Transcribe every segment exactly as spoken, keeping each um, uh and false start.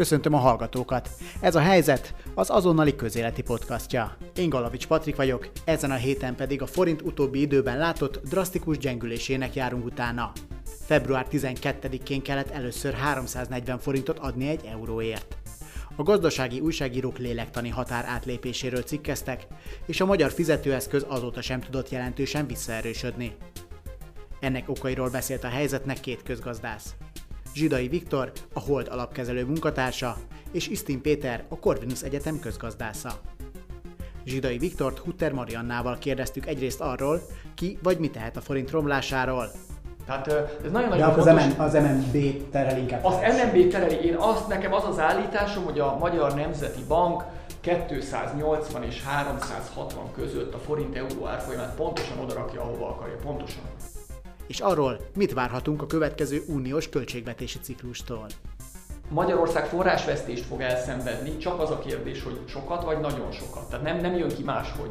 Köszöntöm a hallgatókat! Ez a Helyzet az azonnali közéleti podcastja. Én Galavics Patrik vagyok, ezen a héten pedig a forint utóbbi időben látott drasztikus gyengülésének járunk utána. február tizenkettedikén kellett először háromszáznegyven forintot adni egy euróért. A gazdasági újságírók lélektani határ átlépéséről cikkeztek, és a magyar fizetőeszköz azóta sem tudott jelentősen visszaerősödni. Ennek okairól beszélt a Helyzetnek két közgazdász. Zsidai Viktor, a Hold alapkezelő munkatársa, és Isztin Péter, a Corvinus Egyetem közgazdásza. Zsidai Viktort Hutter Mariannával kérdeztük egyrészt arról, ki vagy mi tehet a forint romlásáról. Tehát ez nagyon-nagyon De akkor fontos. az em en bé terel inkább. Az em en bé tereli. Én azt, nekem az az állításom, hogy a Magyar Nemzeti Bank kétszáznyolcvan és háromszázhatvan között a forint-euró árfolyamát pontosan odarakja, ahova akarja. Pontosan. És arról, mit várhatunk a következő uniós költségvetési ciklustól. Magyarország forrásvesztést fog elszenvedni, csak az a kérdés, hogy sokat vagy nagyon sokat. Tehát nem, nem jön ki máshogy.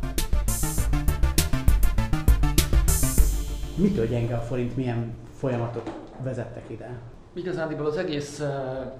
Mitől gyenge a forint, milyen folyamatok vezettek ide? Igazándiból az egész uh,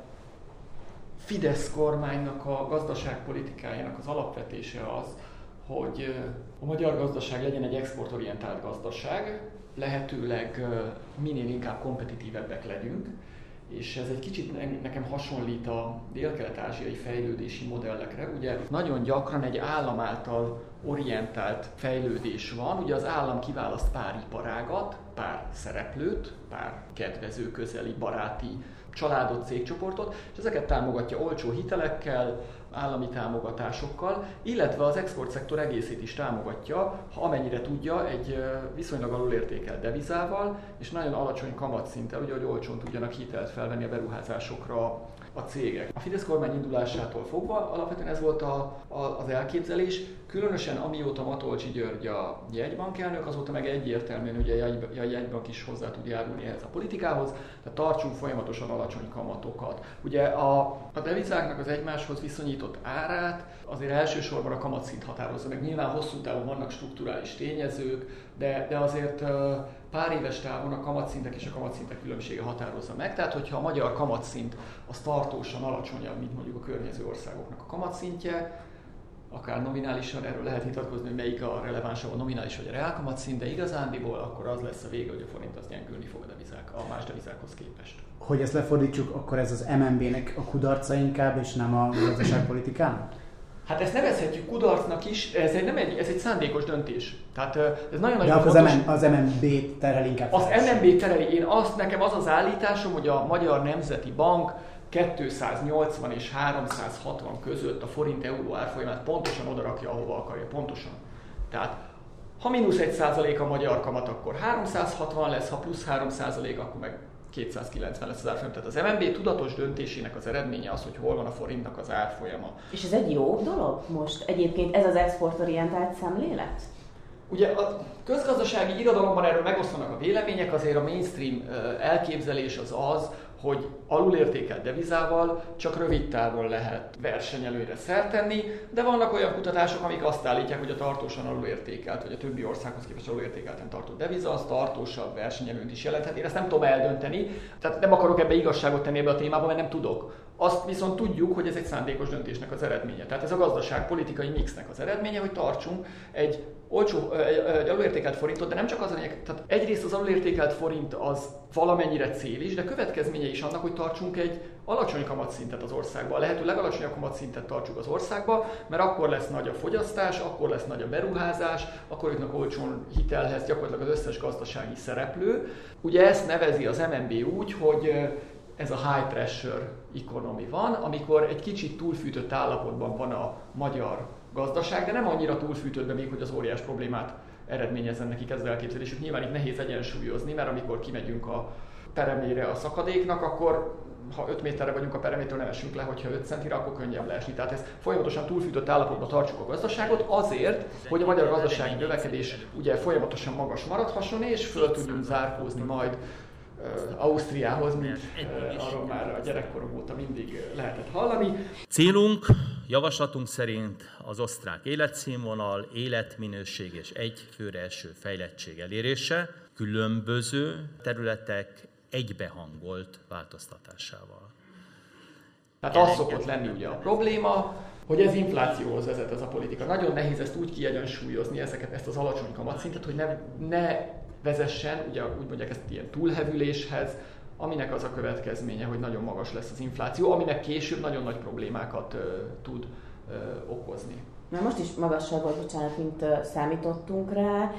Fidesz kormánynak a gazdaságpolitikájának az alapvetése az, hogy uh, a magyar gazdaság legyen egy exportorientált gazdaság, lehetőleg uh, minél inkább kompetitívebbek legyünk, és ez egy kicsit nekem hasonlít a dél-kelet-ázsiai fejlődési modellekre. Ugye nagyon gyakran egy állam által orientált fejlődés van, ugye az állam kiválaszt pár iparágat, pár szereplőt, pár kedvező, közeli, baráti, családot, cégcsoportot, és ezeket támogatja olcsó hitelekkel, állami támogatásokkal, illetve az exportszektor egészét is támogatja, ha amennyire tudja, egy viszonylag alulértékelt devizával, és nagyon alacsony kamatszinttel, ugye, hogy olcsón tudjanak hitelt felvenni a beruházásokra a cégek. A Fidesz kormány indulásától fogva alapvetően ez volt a, a, az elképzelés, különösen amióta Matolcsy György a jegybankelnök, azóta meg egyértelműen ugye a jegybank is hozzá tud járulni ehhez a politikához, tehát tartsunk folyamatosan alacsony kamatokat. Ugye a, a devizáknak az egymáshoz viszonyított árát azért elsősorban a kamatszint határozza meg. Nyilván hosszú távon vannak strukturális tényezők, de, de azért pár éves távon a kamatszintek és a kamatszintek különbsége határozza meg. Tehát, hogyha a magyar kamatszint az tartósan alacsonyabb, mint mondjuk a környező országoknak a kamatszintje, akár nominálisan, erről lehet vitatkozni, hogy melyik a relevánsabb, a nominális vagy a reál kamatszint, de igazándiból akkor az lesz a vége, hogy a forint az gyengülni fog a devizák, a más devizákhoz képest. Hogy ezt lefordítsuk, akkor ez az em en bé-nek a kudarca inkább, és nem a gazdaságpolitikának? Hát ezt nevezhetjük kudarcnak is, ez egy, nem egy, ez egy szándékos döntés. Tehát ez nagyon-nagyon De akkor fontos. az em en bé terel inkább. Az em en bé tereli. Én azt, nekem az az állításom, hogy a Magyar Nemzeti Bank kétszáznyolcvan és háromszázhatvan között a forint-euró árfolyamát pontosan odarakja, ahova akarja. Pontosan. Tehát ha mínusz egy százalék a magyar kamat, akkor háromszázhatvan lesz, ha plusz három százalék, akkor meg kétszázkilencven lesz az árfolyam. Tehát az em en bé tudatos döntésének az eredménye az, hogy hol van a forintnak az árfolyama. És ez egy jó dolog most egyébként, ez az exportorientált szemlélet? Ugye a közgazdasági irodalomban erről megoszlanak a vélemények, azért a mainstream elképzelés az az, hogy alulértékelt devizával csak rövid távon lehet versenyelőnyre szert tenni, de vannak olyan kutatások, amik azt állítják, hogy a tartósan alulértékelt, vagy a többi országhoz képest alulértékelten tartott deviza, az tartósabb versenyelőnyt is jelenthet. Én ezt nem tudom eldönteni, tehát nem akarok ebbe igazságot tenni ebbe a témába, mert nem tudok. Azt viszont tudjuk, hogy ez egy szándékos döntésnek az eredménye. Tehát ez a gazdaságpolitikai mixnek az eredménye, hogy tartsunk egy olcsó, egy alulértékelt forintot, de nem csak az a lényeg, tehát egyrészt az alulértékelt forint az valamennyire cél is, de következménye is annak, hogy tartsunk egy alacsony kamatszintet az országba. A lehető legalacsonyabb kamatszintet tartsuk az országba, mert akkor lesz nagy a fogyasztás, akkor lesz nagy a beruházás, akkor jutnak olcsón hitelhez gyakorlatilag az összes gazdasági szereplő. Ugye ezt nevezi az em en bé úgy, hogy ez a high pressure economy van, amikor egy kicsit túlfűtött állapotban van a magyar gazdaság, de nem annyira túlfűtött még, hogy az óriás problémát eredményezzen nekik ez az elképzelésük. Nyilván itt nehéz egyensúlyozni, mert amikor kimegyünk a peremére a szakadéknak, akkor ha öt méterre vagyunk a peremétől, nem esünk le, hogyha öt centire, akkor könnyebb leesni. Tehát ez folyamatosan túlfűtött állapotban tartsuk a gazdaságot azért, hogy a magyar gazdasági növekedés ugye folyamatosan magas maradhasson, és föl tudjunk zárkózni majd Ausztriához, mint arról már a gyerekkorom óta mindig lehetett hallani. Célunk, javaslatunk szerint az osztrák életszínvonal, életminőség és egy főre eső fejlettség elérése, különböző területek egybehangolt változtatásával. Tehát az szokott lenni ugye a probléma, hogy ez inflációhoz vezet ez a politika. Nagyon nehéz ezt úgy kiegyensúlyozni, ezeket, ezt az alacsony kamatszintet, hogy ne, ne vezessen, ugye úgy mondják ezt ilyen túlhevüléshez, aminek az a következménye, hogy nagyon magas lesz az infláció, aminek később nagyon nagy problémákat uh, tud uh, okozni. Na most is magasabb volt, bocsánat, mint uh, számítottunk rá.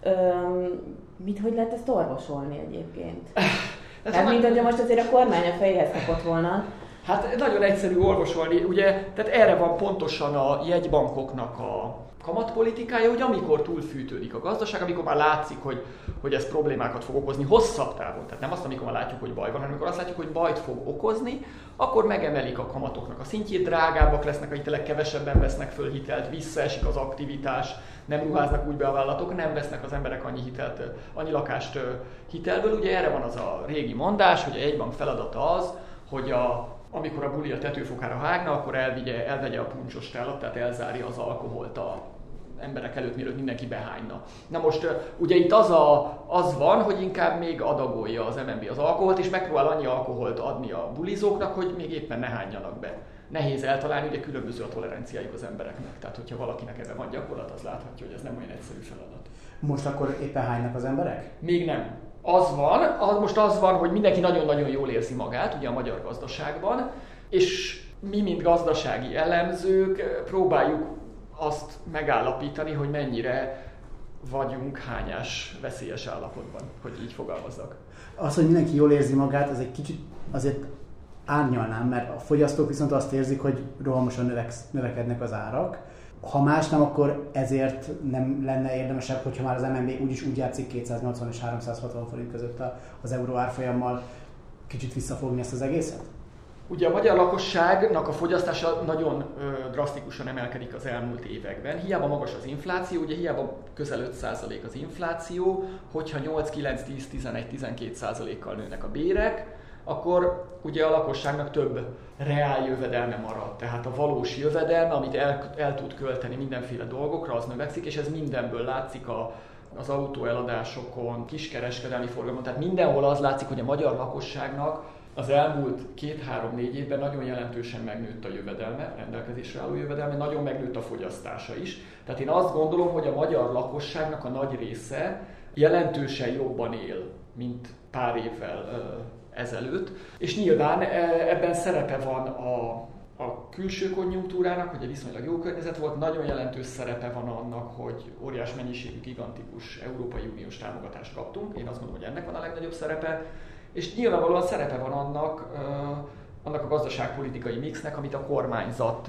Um, mit, hogy lehet ezt orvosolni egyébként? Tehát mint hogyha most azért a kormány a fejéhez kapott volna. Hát nagyon egyszerű orvosolni, ugye, tehát erre van pontosan a jegybankoknak a kamatpolitikája, hogy amikor túlfűtődik a gazdaság, amikor már látszik, hogy, hogy ez problémákat fog okozni hosszabb távon, tehát nem azt, amikor már látjuk, hogy baj van, hanem amikor azt látjuk, hogy bajt fog okozni, akkor megemelik a kamatoknak a szintjét, drágábbak lesznek a hitelek, kevesebben vesznek föl hitelt, visszaesik az aktivitás, nem ruháznak úgy be a vállalatok, nem vesznek az emberek annyi hitelt, annyi lakást hitelből. Ugye erre van az a régi mondás, hogy a jegybank feladata az, hogy a amikor a buli a tetőfokára hágna, akkor elvigye, elvegye a puncsos tálat, tehát elzárja az alkoholt a emberek előtt, mielőtt mindenki behányna. Na most ugye itt az, a, az van, hogy inkább még adagolja az em en bé az alkoholt, és megpróbál annyi alkoholt adni a bulizóknak, hogy még éppen ne hányjanak be. Nehéz eltalálni, ugye különböző a toleranciájuk az embereknek. Tehát, hogyha valakinek ebben van gyakorlat, az láthatja, hogy ez nem olyan egyszerű feladat. Most akkor éppen hánynak az emberek? Még nem. Az van, az most az van, hogy mindenki nagyon-nagyon jól érzi magát, ugye a magyar gazdaságban, és mi, mint gazdasági elemzők próbáljuk azt megállapítani, hogy mennyire vagyunk hányás veszélyes állapotban, hogy így fogalmazzak. Az, hogy mindenki jól érzi magát, az egy kicsit azért árnyalnám, mert a fogyasztók viszont azt érzik, hogy rohamosan növeksz, növekednek az árak. Ha más nem, akkor ezért nem lenne érdemesebb, hogyha már az em en bé úgyis úgy játszik kétszáznyolcvan és háromszázhatvan forint között az euró árfolyammal, kicsit visszafogni ezt az egészet? Ugye a magyar lakosságnak a fogyasztása nagyon ö, drasztikusan emelkedik az elmúlt években. Hiába magas az infláció, ugye hiába közel öt százalék az infláció, hogyha nyolc, kilenc, tíz, tizenegy, tizenkét százalékkal nőnek a bérek, akkor ugye a lakosságnak több reál jövedelme marad. Tehát a valós jövedelme, amit el, el tud költeni mindenféle dolgokra, az növekszik, és ez mindenből látszik a, az autóeladásokon, kiskereskedelmi forgalmon. Tehát mindenhol az látszik, hogy a magyar lakosságnak az elmúlt két-három-négy évben nagyon jelentősen megnőtt a jövedelme, rendelkezésre álló jövedelme, nagyon megnőtt a fogyasztása is. Tehát én azt gondolom, hogy a magyar lakosságnak a nagy része jelentősen jobban él, mint pár évvel ezelőtt, és nyilván ebben szerepe van a, a külső konjunktúrának, hogy egy viszonylag jó környezet volt, nagyon jelentős szerepe van annak, hogy óriás mennyiségű, gigantikus Európai Uniós támogatást kaptunk, én azt gondolom, hogy ennek van a legnagyobb szerepe, és nyilvánvalóan szerepe van annak, annak a gazdaságpolitikai mixnek, amit a kormányzat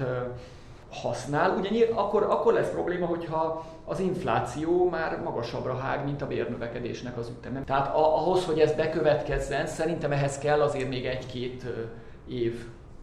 használ. Ugye nyilv, akkor, akkor lesz probléma, hogyha az infláció már magasabbra hág, mint a bérnövekedésnek az üteme. Tehát ahhoz, hogy ez bekövetkezzen, szerintem ehhez kell azért még egy-két év,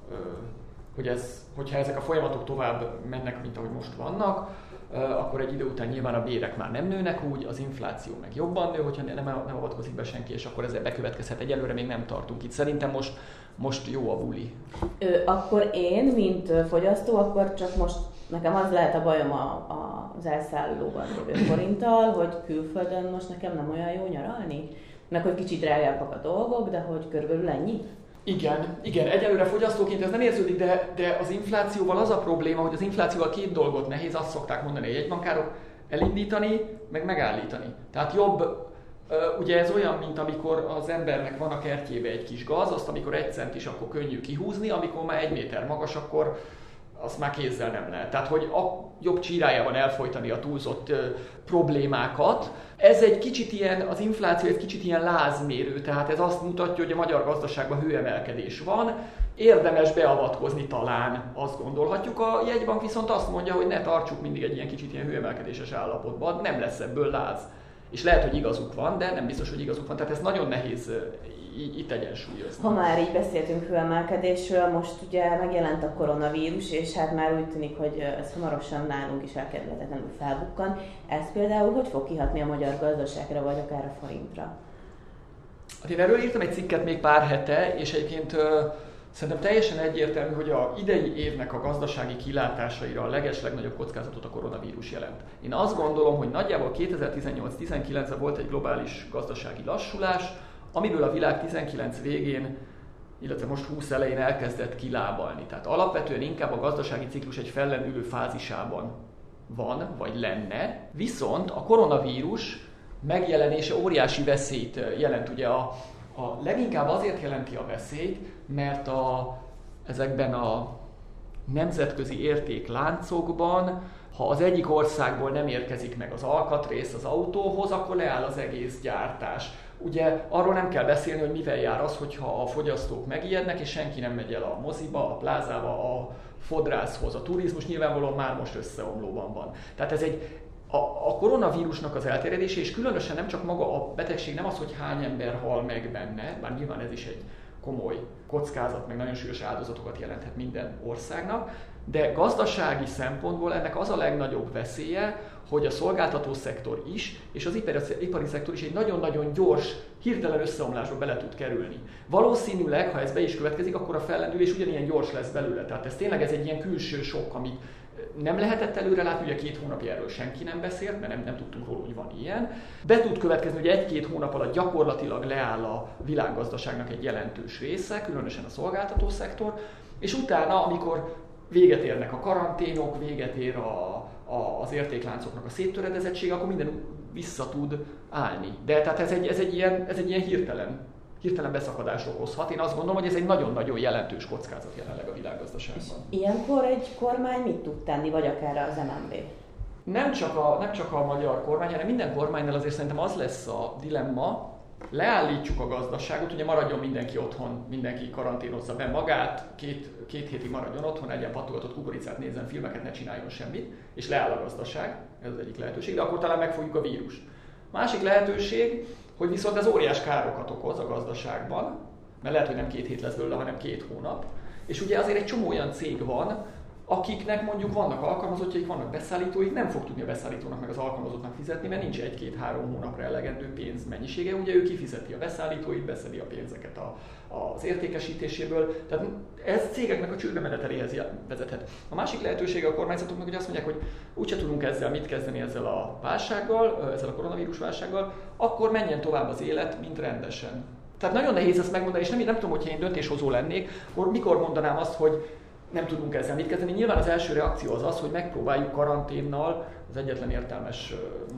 hogy ez, hogyha ezek a folyamatok tovább mennek, mint ahogy most vannak, akkor egy idő után nyilván a bérek már nem nőnek úgy, az infláció meg jobban nő, hogyha nem, nem avatkozik be senki, és akkor ezzel bekövetkezhet. Egyelőre még nem tartunk itt. Szerintem most, most jó a buli. Ö, akkor én, mint fogyasztó, akkor csak most nekem az lehet a bajom a, a, az elszállóban lévő forinttal, hogy külföldön most nekem nem olyan jó nyaralni, meg hogy kicsit drágábbak a dolgok, de hogy körülbelül ennyi? Igen, igen, egyelőre fogyasztóként ez nem érződik, de, de az inflációval az a probléma, hogy az inflációval két dolgot nehéz, azt szokták mondani a jegybankárok, elindítani, meg megállítani. Tehát jobb, ugye ez olyan, mint amikor az embernek van a kertjébe egy kis gaz, azt amikor egy cent is, akkor könnyű kihúzni, amikor már egy méter magas, akkor azt már kézzel nem lehet. Tehát, hogy a jobb csírájában elfojtani a túlzott ö, problémákat. Ez egy kicsit ilyen, az infláció egy kicsit ilyen lázmérő, tehát ez azt mutatja, hogy a magyar gazdaságban hőemelkedés van, érdemes beavatkozni talán, azt gondolhatjuk. A jegybank viszont azt mondja, hogy ne tartsuk mindig egy ilyen kicsit ilyen hőemelkedéses állapotban, nem lesz ebből láz. És lehet, hogy igazuk van, de nem biztos, hogy igazuk van. Tehát ez nagyon nehéz itt egyensúlyozni. Ha már így beszéltünk hőemelkedésről, most ugye megjelent a koronavírus, és hát már úgy tűnik, hogy ez hamarosan nálunk is elkerülhetetlenül felbukkan. Ez például hogy fog kihatni a magyar gazdaságra, vagy akár a forintra? Hát én erről írtam egy cikket még pár hete, és egyébként szerintem teljesen egyértelmű, hogy a idei évnek a gazdasági kilátásaira a legeslegnagyobb kockázatot a koronavírus jelent. Én azt gondolom, hogy nagyjából kétezer-tizennyolc-tizenkilencben volt egy globális gazdasági lassulás, amiből a világ tizenkilenc végén illetve most húsz elején elkezdett kilábalni. Tehát alapvetően inkább a gazdasági ciklus egy fellendülő fázisában van, vagy lenne, viszont a koronavírus megjelenése óriási veszélyt jelent. Ugye a, a leginkább azért jelenti a veszélyt, mert a, ezekben a nemzetközi értékláncokban, ha az egyik országból nem érkezik meg az alkatrész az autóhoz, akkor leáll az egész gyártás. Ugye arról nem kell beszélni, hogy mivel jár az, hogyha a fogyasztók megijednek, és senki nem megy el a moziba, a plázába, a fodrászhoz. A turizmus nyilvánvalóan már most összeomlóban van. Tehát ez egy, a, a koronavírusnak az elterjedése, és különösen nem csak maga a betegség, nem az, hogy hány ember hal meg benne, bár nyilván ez is egy komoly kockázat, meg nagyon súlyos áldozatokat jelenthet minden országnak, de gazdasági szempontból ennek az a legnagyobb veszélye, hogy a szolgáltató szektor is, és az ipari, ipari szektor is egy nagyon-nagyon gyors, hirtelen összeomlásba bele tud kerülni. Valószínűleg, ha ez be is következik, akkor a fellendülés ugyanilyen gyors lesz belőle. Tehát ez tényleg ez egy ilyen külső sok, amit nem lehetett előre látni, ugye két hónapja erről senki nem beszélt, mert nem, nem tudtunk róla, hogy van ilyen. Be tud következni, hogy egy-két hónap alatt gyakorlatilag leáll a világgazdaságnak egy jelentős része, különösen a szolgáltató szektor, és utána, amikor véget érnek a karanténok, véget ér a, a, az értékláncoknak a széttöredezettsége, akkor minden vissza tud állni. De tehát ez egy, ez egy, ilyen, ez egy ilyen hirtelen, hirtelen beszakadás okozhat. Én azt gondolom, hogy ez egy nagyon-nagyon jelentős kockázat jelenleg a világgazdaságban. Ilyenkor egy kormány mit tud tenni, vagy akár az em en bé? Nem csak a, nem csak a magyar kormány, hanem minden kormánynál azért szerintem az lesz a dilemma, leállítsuk a gazdaságot, ugye maradjon mindenki otthon, mindenki karanténozza be magát, két, két hétig maradjon otthon, egyen patolgatott kukoricát, nézzen filmeket, ne csináljon semmit, és leáll a gazdaság, ez az egyik lehetőség, de akkor talán megfogjuk a vírust. Másik lehetőség, hogy viszont ez óriás károkat okoz a gazdaságban, mert lehet, hogy nem két hét lesz belőle, hanem két hónap, és ugye azért egy csomó olyan cég van, akiknek mondjuk vannak alkalmazottjaik, vannak beszállítóik, nem fog tudni a beszállítónak meg az alkalmazottnak fizetni, mert nincs egy-két-három hónapra elegendő pénz mennyisége, ugye ő kifizeti a beszállítóit, beszedi a pénzeket a, az értékesítéséből, tehát ez cégeknek a csődbe meneteléhez vezethet. A másik lehetősége a kormányzatoknak, hogy azt mondják, hogy úgyse tudunk ezzel mit kezdeni ezzel a válsággal, ezzel a koronavírus válsággal, akkor menjen tovább az élet, mint rendesen. Tehát nagyon nehéz ezt megmondani, és nem, nem tudom, hogyha én döntéshozó lennék, akkor mikor mondanám azt, hogy nem tudunk ezzel mit kezdeni. Nyilván az első reakció az az, hogy megpróbáljuk karanténnal, az egyetlen értelmes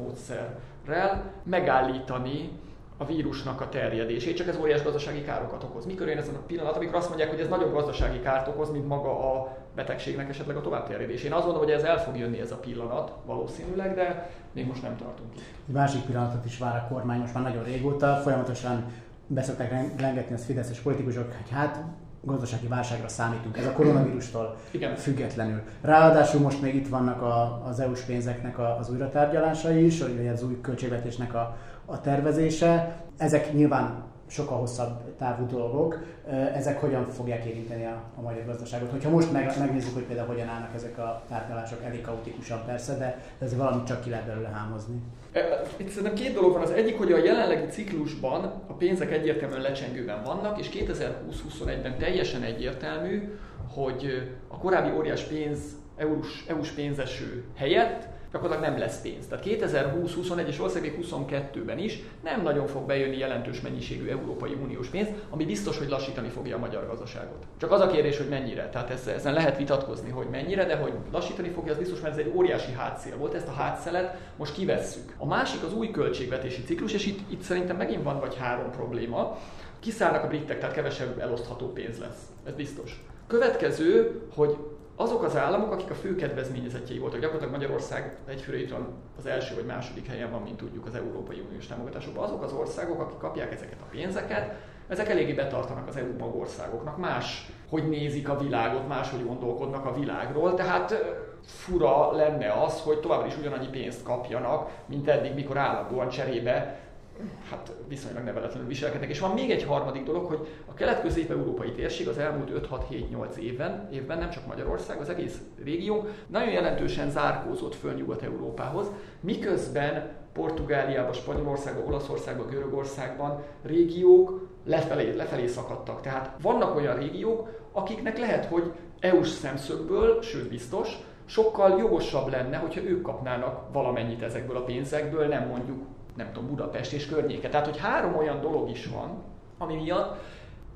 módszerrel megállítani a vírusnak a terjedését, csak ez óriás gazdasági károkat okoz. Mikor jön ez a pillanat, amikor azt mondják, hogy ez nagyobb gazdasági kárt okoz, mint maga a betegségnek esetleg a továbbterjedés. Én azt gondolom, hogy ez el fog jönni ez a pillanat valószínűleg, de még most nem tartunk itt. Egy másik pillanatot is vár a kormány most már nagyon régóta, folyamatosan beszokták rengetni az fideszes politikusok, hogy hát gazdasági válságra számítunk, ez a koronavírustól Igen. függetlenül. Ráadásul most még itt vannak a, az é u-s pénzeknek a, az újratárgyalásai is, vagy az új költségvetésnek a, a tervezése. Ezek nyilván sokkal hosszabb távú dolgok. Ezek hogyan fogják érinteni a, a magyar gazdaságot? Hogyha most meg, megnézzük, hogy például hogyan állnak ezek a tárgyalások, elég kaotikusan persze, de ez valamit csak ki lehet belőle hámozni. Itt szerintem két dolog van. Az egyik, hogy a jelenlegi ciklusban a pénzek egyértelműen lecsengőben vannak, és kétezer-húsz-huszonegyben teljesen egyértelmű, hogy a korábbi óriás pénz, é u-s, é u-s pénzeső helyett gyakorlatilag nem lesz pénz. Tehát kétezer-húsz-huszonegy és valószínűleg huszonkettőben is nem nagyon fog bejönni jelentős mennyiségű Európai Uniós pénz, ami biztos, hogy lassítani fogja a magyar gazdaságot. Csak az a kérdés, hogy mennyire. Tehát ezen lehet vitatkozni, hogy mennyire, de hogy lassítani fogja, az biztos, mert ez egy óriási hátszél volt. Ezt a hátszelet most kivesszük. A másik az új költségvetési ciklus, és itt, itt szerintem megint van vagy három probléma. Kiszállnak a britek, tehát kevesebb elosztható pénz lesz. Ez biztos. Következő, hogy azok az államok, akik a fő kedvezményezettjei voltak, gyakorlatilag Magyarország egyfőre itt van az első vagy második helyen van, mint tudjuk az Európai Uniós támogatásokban, azok az országok, akik kapják ezeket a pénzeket, ezek eléggé betartanak az é u magországoknak, más, hogy nézik a világot, máshogy gondolkodnak a világról, tehát fura lenne az, hogy továbbra is ugyanannyi pénzt kapjanak, mint eddig, mikor állandóan cserébe hát viszonylag neveletlenül viselkednek. És van még egy harmadik dolog, hogy a kelet-közép-európai térség az elmúlt öt-hat-hét-nyolc évben, évben, nem csak Magyarország, az egész régió nagyon jelentősen zárkózott föl Nyugat-Európához, miközben Portugáliában, Spanyolországban, Olaszországban, Görögországban régiók lefelé, lefelé szakadtak. Tehát vannak olyan régiók, akiknek lehet, hogy é u-s szemszögből, sőt biztos, sokkal jogosabb lenne, hogyha ők kapnának valamennyit ezekből a pénzekből, nem mondjuk nem tudom, Budapest és környéke. Tehát, hogy három olyan dolog is van, ami miatt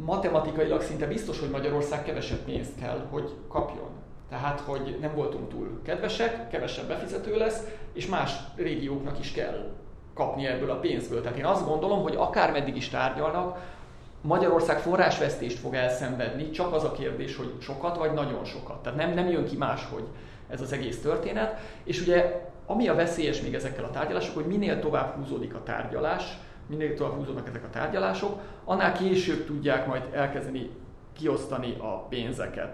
matematikailag szinte biztos, hogy Magyarország kevesebb pénzt kell, hogy kapjon. Tehát, hogy nem voltunk túl kedvesek, kevesebb befizető lesz, és más régióknak is kell kapni ebből a pénzből. Tehát én azt gondolom, hogy akármeddig is tárgyalnak, Magyarország forrásvesztést fog elszenvedni, csak az a kérdés, hogy sokat vagy nagyon sokat. Tehát nem, nem jön ki máshogy ez az egész történet. És ugye ami a veszélyes még ezekkel a tárgyalások, hogy minél tovább húzódik a tárgyalás, minél tovább húzódnak ezek a tárgyalások, annál később tudják majd elkezdeni kiosztani a pénzeket.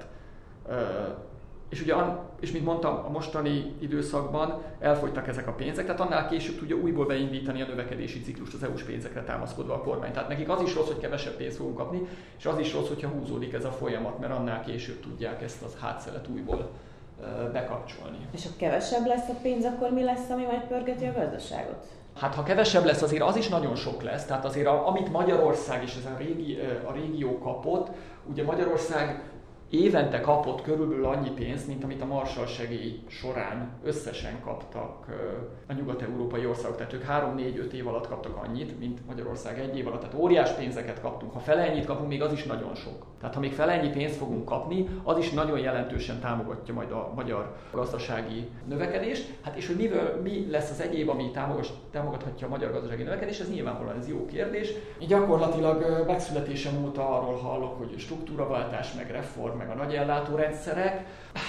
És ugye, és mint mondtam, a mostani időszakban elfogytak ezek a pénzek, tehát annál később tudja újból beindítani a növekedési ciklust az é u-s pénzekre támaszkodva a kormány. Tehát nekik az is rossz, hogy kevesebb pénzt fogunk kapni, és az is rossz, hogyha húzódik ez a folyamat, mert annál később tudják ezt az hátszelet újból bekapcsolni. És ha kevesebb lesz a pénz, akkor mi lesz, ami majd pörgeti a gazdaságot? Hát ha kevesebb lesz, azért az is nagyon sok lesz. Tehát azért amit Magyarország és ez a, régi, a régió kapott, ugye Magyarország évente kapott körülbelül annyi pénzt, mint amit a Marshall segély során összesen kaptak a nyugat-európai országok. Tehát ők három-négy-öt év alatt kaptak annyit, mint Magyarország egy év alatt. Tehát óriás pénzeket kaptunk. Ha fele ennyit kapunk, még az is nagyon sok. Tehát ha még fele ennyi pénzt fogunk kapni, az is nagyon jelentősen támogatja majd a magyar gazdasági növekedést. Hát és hogy mivel, mi lesz az egyéb, ami támogathatja a magyar gazdasági növekedést, ez nyilvánvalóan ez jó kérdés. Így gyakorlatilag megszületésem óta arról hallok, hogy struktúraváltás, meg reform, meg a nagy ellátórendszerek.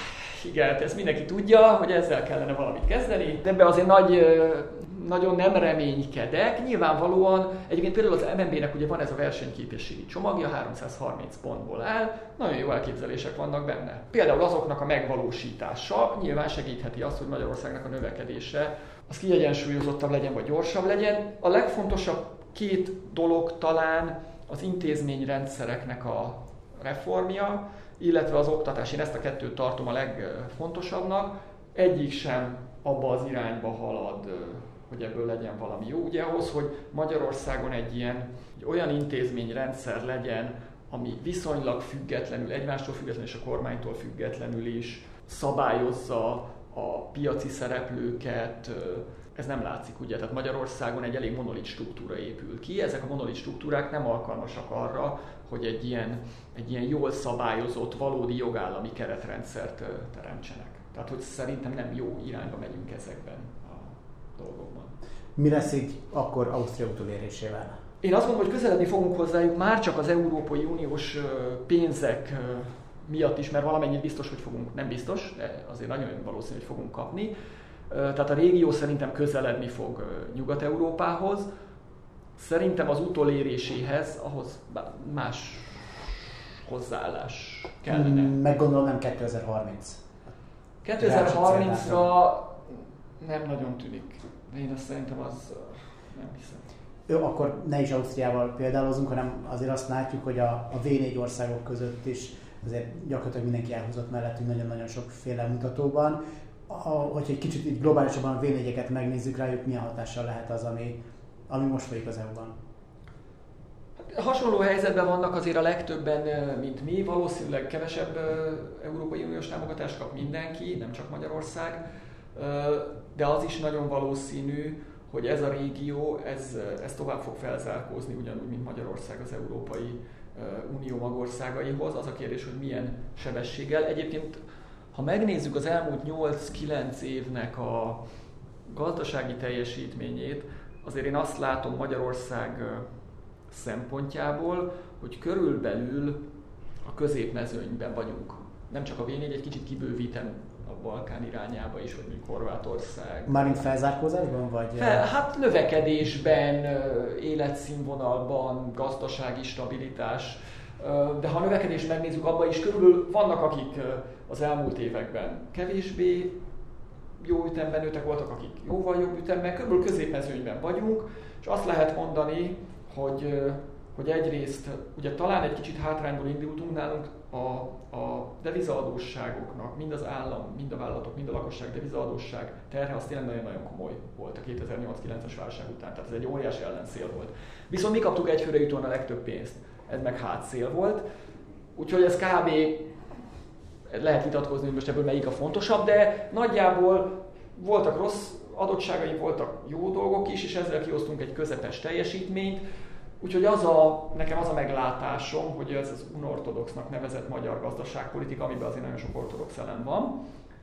Igen, ezt mindenki tudja, hogy ezzel kellene valamit kezdeni, de ebbe azért nagy, nagyon nem reménykedek. Nyilvánvalóan, egyébként például az em en bé-nek ugye van ez a versenyképességi csomagja, háromszázharminc pontból áll, nagyon jó elképzelések vannak benne. Például azoknak a megvalósítása nyilván segítheti azt, hogy Magyarországnak a növekedése az kiegyensúlyozottabb legyen, vagy gyorsabb legyen. A legfontosabb két dolog talán az intézményrendszereknek a reformja, illetve az oktatás. Én ezt a kettőt tartom a legfontosabbnak. Egyik sem abba az irányba halad, hogy ebből legyen valami jó. Ugye ahhoz, hogy Magyarországon egy ilyen egy olyan intézményrendszer legyen, ami viszonylag függetlenül, egymástól függetlenül és a kormánytól függetlenül is szabályozza a piaci szereplőket, ez nem látszik, ugye? Tehát Magyarországon egy elég monolit struktúra épül ki. Ezek a monolit struktúrák nem alkalmasak arra, hogy egy ilyen, egy ilyen jól szabályozott, valódi jogállami keretrendszert teremtsenek. Tehát, hogy szerintem nem jó irányba megyünk ezekben a dolgokban. Mi lesz így akkor Ausztria utolérésével? Én azt gondolom, hogy közeledni fogunk hozzájuk már csak az Európai Uniós pénzek miatt is, mert valamennyit biztos, hogy fogunk, nem biztos, de azért nagyon valószínű, hogy fogunk kapni. Tehát a régió szerintem közeledni fog Nyugat-Európához. Szerintem az utoléréséhez ahhoz más hozzáállás kellene. Meggondolom, nem kétezer-harminc. kétezer-harmincra nem nagyon tűnik. De én azt szerintem az nem hiszem. Jó, akkor ne is Ausztriával példálozunk, hanem azért azt látjuk, hogy a, a vé négy országok között is azért gyakorlatilag mindenki elhúzott mellettünk nagyon-nagyon sokféle mutatóban. A, hogyha egy kicsit így globálisabban a vé négyeket megnézzük, rájuk milyen hatással lehet az, ami, ami most folyik az é u-ban? Hasonló helyzetben vannak azért a legtöbben, mint mi, valószínűleg kevesebb Európai Uniós támogatást kap mindenki, nem csak Magyarország, de az is nagyon valószínű, hogy ez a régió, ez, ez tovább fog felzárkózni, ugyanúgy, mint Magyarország az Európai Unió magországaihoz. Az a kérdés, hogy milyen sebességgel. Egyébként, ha megnézzük az elmúlt nyolc-kilenc évnek a gazdasági teljesítményét, azért én azt látom Magyarország szempontjából, hogy körülbelül a középmezőnyben vagyunk. Nem csak a vé négy, egy kicsit kibővítem a Balkán irányába is, vagy mint Horvátország. Mármint felzárkózásban, vagy? Fel, hát növekedésben, életszínvonalban, gazdasági stabilitás. De ha a növekedést megnézzük, abban is körülbelül vannak, akik az elmúlt években kevésbé jó ütemben nőttek, voltak, akik jóval jobb ütemben, körülbelül középmezőnyben vagyunk, és azt lehet mondani, hogy, hogy egyrészt ugye talán egy kicsit hátrányból indultunk nálunk a, a devizaadósságoknak, mind az állam, mind a vállalatok, mind a lakosság devizaadósság terhe, az tényleg nagyon-nagyon komoly volt a kétezer-nyolc-kilences válság után, tehát ez egy óriási ellenszél volt. Viszont mi kaptuk egyfőre jutóan a legtöbb pénzt, ez meg hátszél volt, úgyhogy ez kb. Lehet vitatkozni, hogy most ebből melyik a fontosabb, de nagyjából voltak rossz adottságai, voltak jó dolgok is, és ezzel kiosztunk egy közepes teljesítményt. Úgyhogy az a, nekem az a meglátásom, hogy ez az unortodoxnak nevezett magyar gazdaságpolitika, amiben azért nagyon sok ortodox elem van,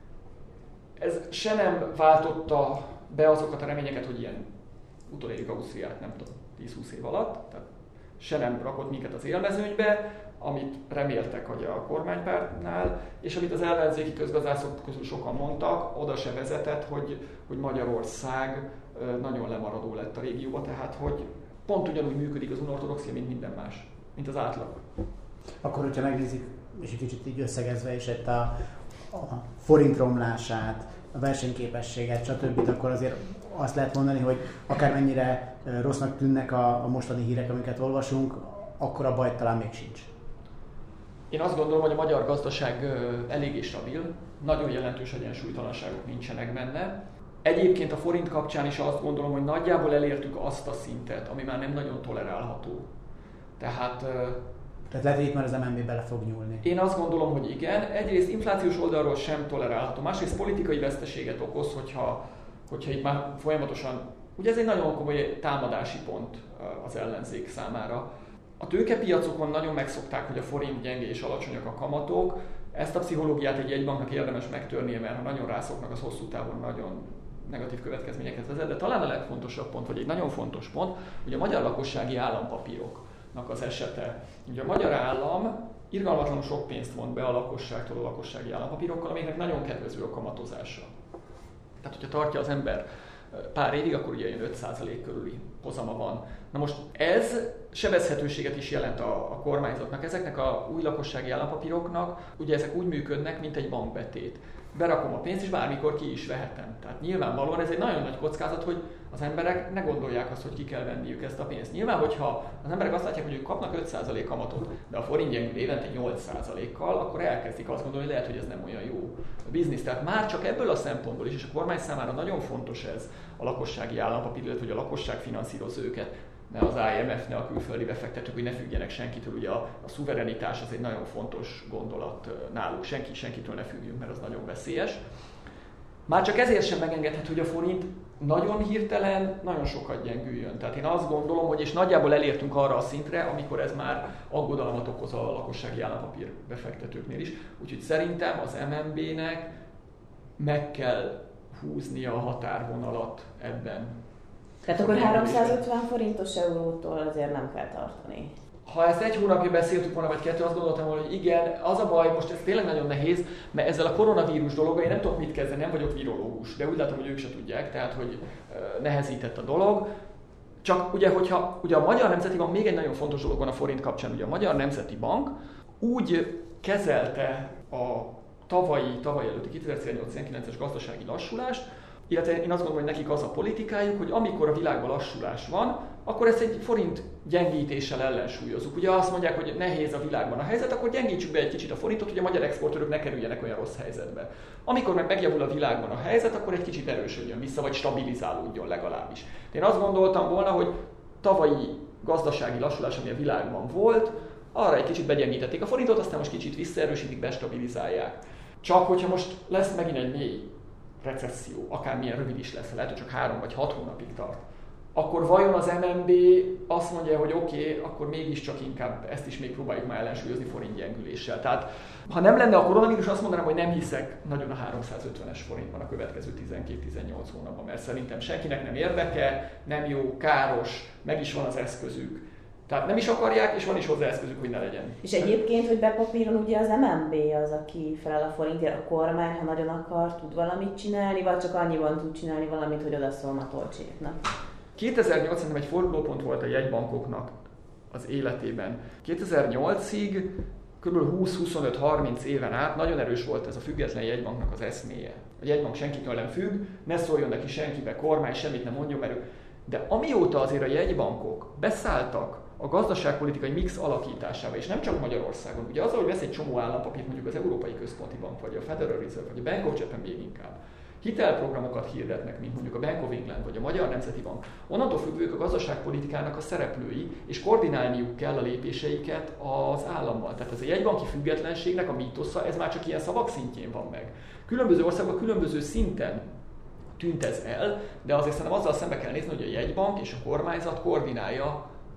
ez se nem váltotta be azokat a reményeket, hogy ilyen utolérjük Ausztriát, nem tudom, tíz-húsz év alatt, tehát se nem rakott minket az élmezőnybe, amit reméltek hogy a kormánypártnál, és amit az ellenzéki közgazdászok közül sokan mondtak, oda se vezetett, hogy, hogy Magyarország nagyon lemaradó lett a régióba, tehát hogy pont ugyanúgy működik az unortodoxia, mint minden más, mint az átlag. Akkor, hogyha megnézik, és egy kicsit így összegezve is itt a, a forint romlását, a versenyképességet, stb., akkor azért azt lehet mondani, hogy akármennyire rossznak tűnnek a, a mostani hírek, amiket olvasunk, akkor a baj talán még sincs. Én azt gondolom, hogy a magyar gazdaság eléggé stabil, nagyon jelentős egyensúlytalanságok nincsenek benne. Egyébként a forint kapcsán is azt gondolom, hogy nagyjából elértük azt a szintet, ami már nem nagyon tolerálható. Tehát, Tehát lehet, hogy itt már az em en bé bele fog nyúlni. Én azt gondolom, hogy igen. Egyrészt inflációs oldalról sem tolerálható, másrészt politikai veszteséget okoz, hogyha, hogyha itt már folyamatosan, ugye ez egy nagyon komoly támadási pont az ellenzék számára. A tőkepiacokon nagyon megszokták, hogy a forint gyenge és alacsonyak a kamatok. Ezt a pszichológiát egy jegybanknak érdemes megtörnie, mert ha nagyon rászoknak, az hosszú távon nagyon negatív következményeket vezet. De talán a legfontosabb pont, vagy egy nagyon fontos pont, hogy a magyar lakossági állampapíroknak az esete. Ugye a magyar állam irgalmatlanul sok pénzt vont be a lakosságtól a lakossági állampapírokkal, amiknek nagyon kedvező a kamatozása. Tehát, hogyha tartja az ember pár évig, akkor ugye ilyen öt százalék körüli hozama van. Na most ez sebezhetőséget is jelent a, a kormányzatnak. Ezeknek a új lakossági állampapíroknak, ugye ezek úgy működnek, mint egy bankbetét. Berakom a pénzt, és bármikor ki is vehetem. Tehát nyilvánvalóan ez egy nagyon nagy kockázat, hogy az emberek ne gondolják azt, hogy ki kell venniük ezt a pénzt. Nyilván, hogyha az emberek azt látják, hogy ők kapnak öt százalék kamatot, de a forint gyengül évente nyolc százalékkal, akkor elkezdik azt gondolni, hogy lehet, hogy ez nem olyan jó a biznisz. Tehát már csak ebből a szempontból is, és a kormány számára nagyon fontos ez a lakossági állampapír, illetve hogy a lakosság finanszírozza őket, ne az i em ef, ne a külföldi befektetők, hogy ne függjenek senkitől. Ugye a, a szuverenitás az egy nagyon fontos gondolat náluk, senki senkitől ne függjünk, mert az nagyon veszélyes. Már csak ezért sem megengedhető, hogy a forint nagyon hirtelen, nagyon sokat gyengüljön. Tehát én azt gondolom, hogy és nagyjából elértünk arra a szintre, amikor ez már aggodalmat okoz a lakossági állampapír befektetőknél is. Úgyhogy szerintem az em en bé-nek meg kell húznia a határvonalat ebben. Tehát akkor háromszázötven forintos eurótól azért nem kell tartani. Ha ezt egy hónapja beszéltük volna, vagy kettő, azt gondoltam volna, hogy igen, az a baj, most ez tényleg nagyon nehéz, mert ezzel a koronavírus dologgal én nem tudok mit kezdeni, nem vagyok virológus, de úgy látom, hogy ők se tudják, tehát hogy nehezített a dolog. Csak ugye, hogyha ugye a Magyar Nemzeti Bank, még egy nagyon fontos dolog van a forint kapcsán, ugye a Magyar Nemzeti Bank úgy kezelte a tavalyi, tavaly előtti kétezer-tizennyolc tizenkilences gazdasági lassulást, illetve én azt gondolom, hogy nekik az a politikájuk, hogy amikor a világban lassulás van, akkor ezt egy forint gyengítéssel ellensúlyozunk. Ugye azt mondják, hogy nehéz a világban a helyzet, akkor gyengítsük be egy kicsit a forintot, hogy a magyar exportőrök ne kerüljenek olyan rossz helyzetbe. Amikor meg megjavul a világban a helyzet, akkor egy kicsit erősödjön vissza, vagy stabilizálódjon legalábbis. Én azt gondoltam volna, hogy tavalyi gazdasági lassulás, ami a világban volt, arra egy kicsit begyengítették a forintot, aztán most kicsit visszaerősítik, bestabilizálják. Csak hogyha most lesz megint egy mély recesszió, akármilyen rövid is lesz, lehet, hogy csak három vagy hat hónapig tart, akkor vajon az em en bé azt mondja, hogy oké, okay, akkor mégiscsak inkább ezt is még próbáljuk már ellensúlyozni forint gyengüléssel. Tehát ha nem lenne a koronavírus, azt mondanám, hogy nem hiszek nagyon a háromszázötvenes forintban a következő tizenkét-tizennyolc hónapban, mert szerintem senkinek nem érdeke, nem jó, káros, meg is van az eszközük. Tehát nem is akarják, és van is hozzá eszközük, hogy ne legyen. És egyébként, hogy bepapíron ugye az em en bé az, aki felel a forintért, a kormány, ha nagyon akar, tud valamit csinálni, vagy csak annyiban tud csinálni valamit, hogy odaszól Matolcséknak. kétezer-nyolc szerintem egy fordulópont volt a jegybankoknak az életében. kétezer-nyolcig kb. húsz-huszonöt-harminc éven át nagyon erős volt ez a független jegybanknak az eszméje. A jegybank senkitől nem függ, ne szóljon neki senkibe, kormány semmit nem mondjon, mert ő. De amióta azért a jegybankok beszálltak a gazdaságpolitikai mix alakításába, és nem csak Magyarországon, ugye azzal, hogy vesz egy csomó állampapírt, mondjuk az Európai Központi Bank, vagy a Federal Reserve, vagy a Bank of Japan még inkább, hitelprogramokat hirdetnek, mint mondjuk a Bank of England, vagy a Magyar Nemzeti Bank, onnantól függők a gazdaságpolitikának a szereplői, és koordinálniuk kell a lépéseiket az állammal. Tehát ez a jegybanki függetlenségnek a mítosza, ez már csak ilyen szavak szintjén van meg. Különböző országban különböző szinten tűnt ez el, de azért szerintem azzal szembe kell nézni, hogy a jegybank és a kormányzat koordinálja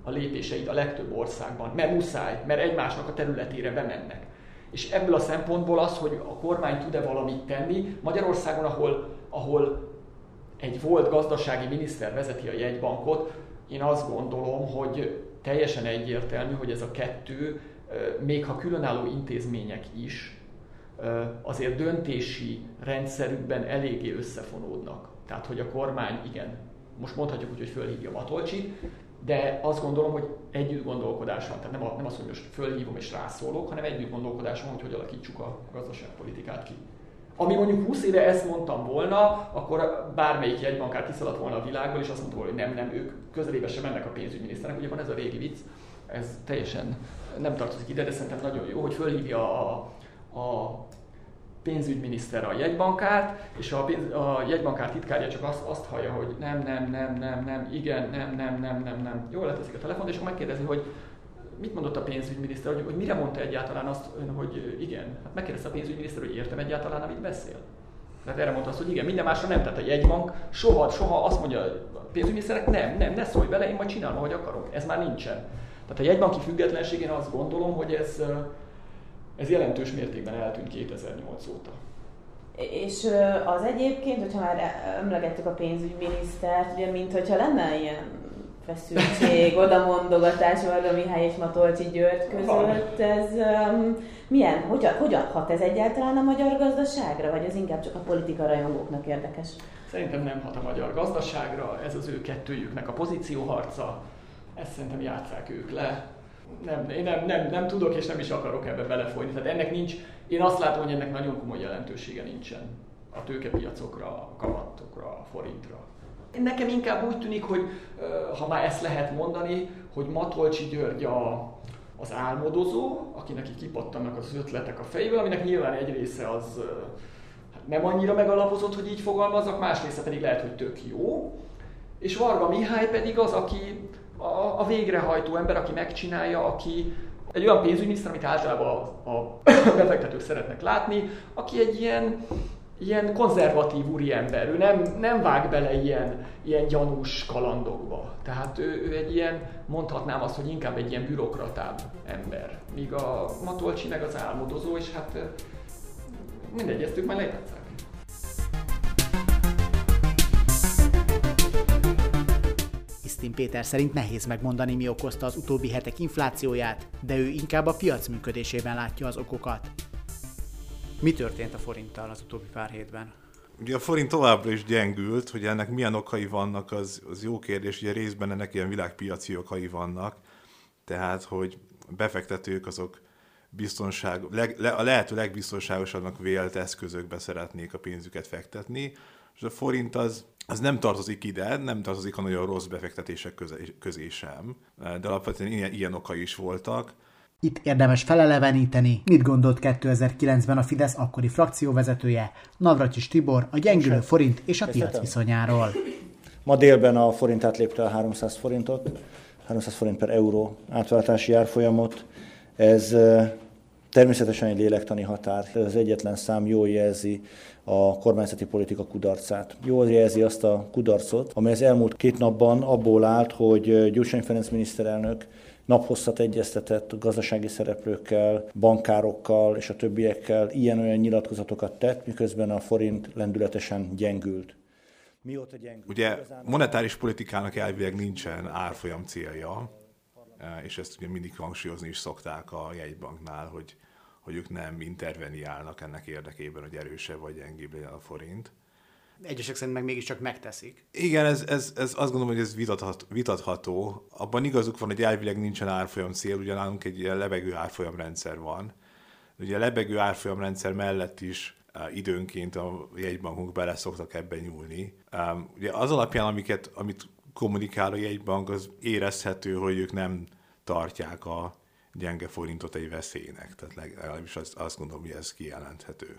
a lépéseid a legtöbb országban, mert muszáj, mert egymásnak a területére bemennek. És ebből a szempontból az, hogy a kormány tud-e valamit tenni, Magyarországon, ahol, ahol egy volt gazdasági miniszter vezeti a jegybankot, én azt gondolom, hogy teljesen egyértelmű, hogy ez a kettő, még ha különálló intézmények is, azért döntési rendszerükben eléggé összefonódnak. Tehát, hogy a kormány, igen, most mondhatjuk úgy, hogy fölhívja Matolcsit, de azt gondolom, hogy együtt gondolkodás van. Tehát nem, a, nem az, hogy most fölhívom és rászólok, hanem együtt gondolkodás van, hogy hogy alakítsuk a gazdaságpolitikát ki. Ami mondjuk húsz éve ezt mondtam volna, akkor bármelyik jegybankár kiszaladt volna a világból, és azt mondta volna, hogy nem, nem, ők közelébe sem mennek a pénzügyminiszternek. Ugye van ez a régi vicc, ez teljesen nem tartozik ide, de szerintem nagyon jó, hogy fölhívja a, a pénzügyminiszter a jegybankárt, és a, pénz, a jegybankár titkárja csak azt, azt hallja, hogy nem, nem, nem, nem, nem, igen, nem, nem, nem, nem, nem. Jól leteszik a telefont, és akkor megkérdezi, hogy mit mondott a pénzügyminiszter, hogy, hogy mire mondta egyáltalán azt ön, hogy igen. Hát megkérdezte a pénzügyminiszter, hogy értem egyáltalán, amit beszél. Tehát erre mondta azt, hogy igen, minden másra nem, tehát a jegybank soha, soha azt mondja a pénzügyminiszternek, nem, nem, ne szólj bele, én majd csinálom, ahogy akarok. Ez már nincsen. Tehát a jegybanki függetlenség, én azt gondolom, hogy ez, ez jelentős mértékben eltűnt kétezer-nyolc óta. És az egyébként, hogyha már emlegettük a pénzügyminisztert, ugye, mint hogyha lenne ilyen feszültség, odamondogatás Varga Mihály és Matolcsy György között, ez um, milyen, hogyan, hogyan hat ez egyáltalán a magyar gazdaságra, vagy ez inkább csak a politika rajongóknak érdekes? Szerintem nem hat a magyar gazdaságra, ez az ő kettőjüknek a pozícióharca, ezt szerintem játsszák ők le. Nem, én nem, nem, nem tudok és nem is akarok ebbe belefolyni. Tehát ennek nincs, én azt látom, hogy ennek nagyon komoly jelentősége nincsen a tőkepiacokra, a kamatokra, a forintra. Nekem inkább úgy tűnik, hogy ha már ezt lehet mondani, hogy Matolcsy György a, az álmodozó, akinek kipattannak az ötletek a fejéből, aminek nyilván egy része az hát nem annyira megalapozott, hogy így fogalmazzak, más része pedig lehet, hogy tök jó. És Varga Mihály pedig az, aki a, a végrehajtó ember, aki megcsinálja, aki egy olyan pénzügyminiszter, amit általában a, a befektetők szeretnek látni, aki egy ilyen ilyen konzervatív úriember, ő nem, nem vág bele ilyen, ilyen gyanús kalandokba. Tehát ő, ő egy ilyen, mondhatnám azt, hogy inkább egy ilyen bürokratább ember. Míg a Matolcsy meg az álmodozó, és hát mindegy, ezt ők majd lejátszák. Isztin Péter szerint nehéz megmondani, mi okozta az utóbbi hetek inflációját, de ő inkább a piac működésében látja az okokat. Mi történt a forinttal az utóbbi pár hétben? Ugye a forint továbbra is gyengült, hogy ennek milyen okai vannak, az, az jó kérdés. Ugye részben ennek ilyen világpiaci okai vannak, tehát hogy befektetők azok biztonság, leg, le, a lehető legbiztonságosabbnak vélt eszközökbe szeretnék a pénzüket fektetni, és a forint az, az nem tartozik ide, nem tartozik a nagyon rossz befektetések közé, közé sem, de alapvetően ilyen, ilyen okai is voltak. Itt érdemes feleleveníteni, mit gondolt kétezer-kilencben a Fidesz akkori frakcióvezetője, Navracsics Tibor a gyengülő forint és a piac viszonyáról. Ma délben a forint átlépte a háromszáz forintot, háromszáz forint per euró átváltási árfolyamot. Ez természetesen egy lélektani határ. Ez az egyetlen szám jól jelzi a kormányzati politika kudarcát. Jól jelzi azt a kudarcot, amely az elmúlt két napban abból állt, hogy Gyurcsány Ferenc miniszterelnök naphosszat egyeztetett gazdasági szereplőkkel, bankárokkal és a többiekkel, ilyen-olyan nyilatkozatokat tett, miközben a forint lendületesen gyengült. Mióta gyengült? Ugye monetáris politikának elvileg nincsen árfolyam célja, és ezt ugye mindig hangsúlyozni is szokták a jegybanknál, hogy, hogy ők nem interveniálnak ennek érdekében, hogy erősebb vagy gyengébb legyen a forint. Egyesek szerint meg mégiscsak megteszik. Igen, ez, ez, ez azt gondolom, hogy ez vitathat, vitatható. Abban igazuk van, hogy elvileg nincsen árfolyam cél, ugye nálunk egy ilyen lebegő árfolyamrendszer van. Ugye a lebegő árfolyamrendszer mellett is uh, időnként a jegybankok bele szoktak ebben nyúlni. Um, ugye az alapján, amiket, amit kommunikál a jegybank, az érezhető, hogy ők nem tartják a gyenge forintot egy veszélynek. Tehát legalábbis azt, azt gondolom, hogy ez kijelenthető.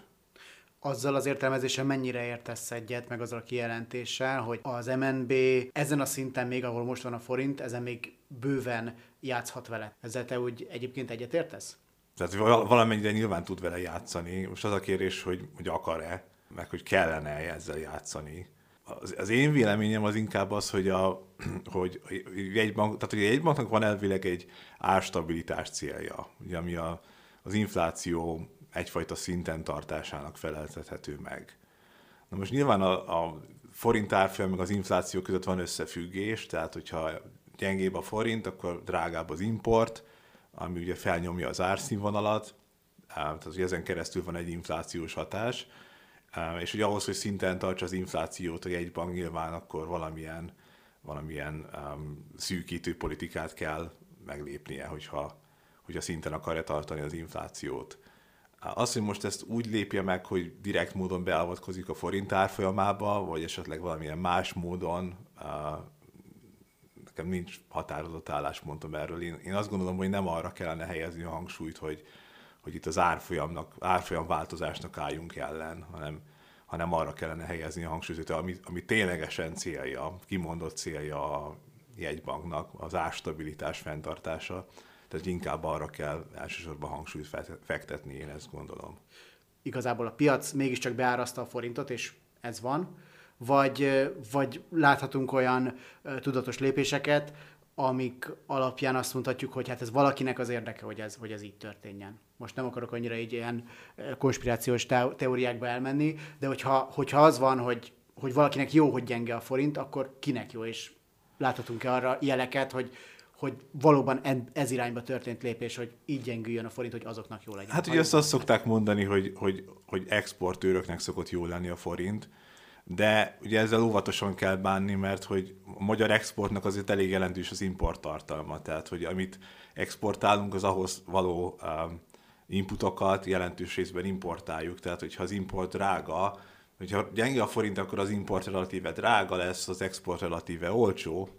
Azzal az értelmezésen mennyire értesz egyet, meg azzal a kijelentéssel, hogy az em en bé ezen a szinten még, ahol most van a forint, ezen még bőven játszhat vele. Ezzel te úgy egyébként egyet értesz? Tehát valamennyire nyilván tud vele játszani. Most az a kérdés, hogy, hogy akar-e, meg hogy kellene ezzel játszani. az, az én véleményem az inkább az, hogy a, hogy jegybank, tehát hogy a jegybanknak van elvileg egy árstabilitás célja, ugye, ami a, az infláció egyfajta szinten tartásának feleltethető meg. Na most nyilván a, a forint árfolyam meg az infláció között van összefüggés, tehát hogyha gyengébb a forint, akkor drágább az import, ami ugye felnyomja az árszínvonalat, tehát hogy ezen keresztül van egy inflációs hatás, és hogy ahhoz, hogy szinten tartsa az inflációt a jegybank, nyilván akkor valamilyen, valamilyen um, szűkítő politikát kell meglépnie, hogyha, hogyha szinten akarja tartani az inflációt. Az, hogy most ezt úgy lépje meg, hogy direkt módon beavatkozik a forint árfolyamába, vagy esetleg valamilyen más módon, nekem nincs határozott álláspontom erről. Én, én azt gondolom, hogy nem arra kellene helyezni a hangsúlyt, hogy, hogy itt az árfolyamnak, árfolyam változásnak álljunk ellen, hanem, hanem arra kellene helyezni a hangsúlyt, hogy ami, ami ténylegesen célja, kimondott célja a jegybanknak, az árstabilitás fenntartása. Tehát inkább arra kell elsősorban hangsúlyt fektetni, én ezt gondolom. Igazából a piac mégiscsak beáraszta a forintot, és ez van, vagy, vagy láthatunk olyan tudatos lépéseket, amik alapján azt mondhatjuk, hogy hát ez valakinek az érdeke, hogy ez, hogy ez így történjen. Most nem akarok annyira így ilyen konspirációs teóriákba elmenni, de hogyha, hogyha az van, hogy, hogy valakinek jó, hogy gyenge a forint, akkor kinek jó, és láthatunk-e arra jeleket, hogy hogy valóban ez irányba történt lépés, hogy így gyengüljön a forint, hogy azoknak jó legyen. Hát ugye azt, azt szokták mondani, hogy, hogy, hogy exportőröknek szokott jól lenni a forint, de ugye ezzel óvatosan kell bánni, mert hogy a magyar exportnak azért elég jelentős az import tartalma, tehát hogy amit exportálunk, az ahhoz való um, inputokat jelentős részben importáljuk, tehát hogyha az import drága, hogyha gyenge a forint, akkor az import relatíve drága lesz, az export relatíve olcsó,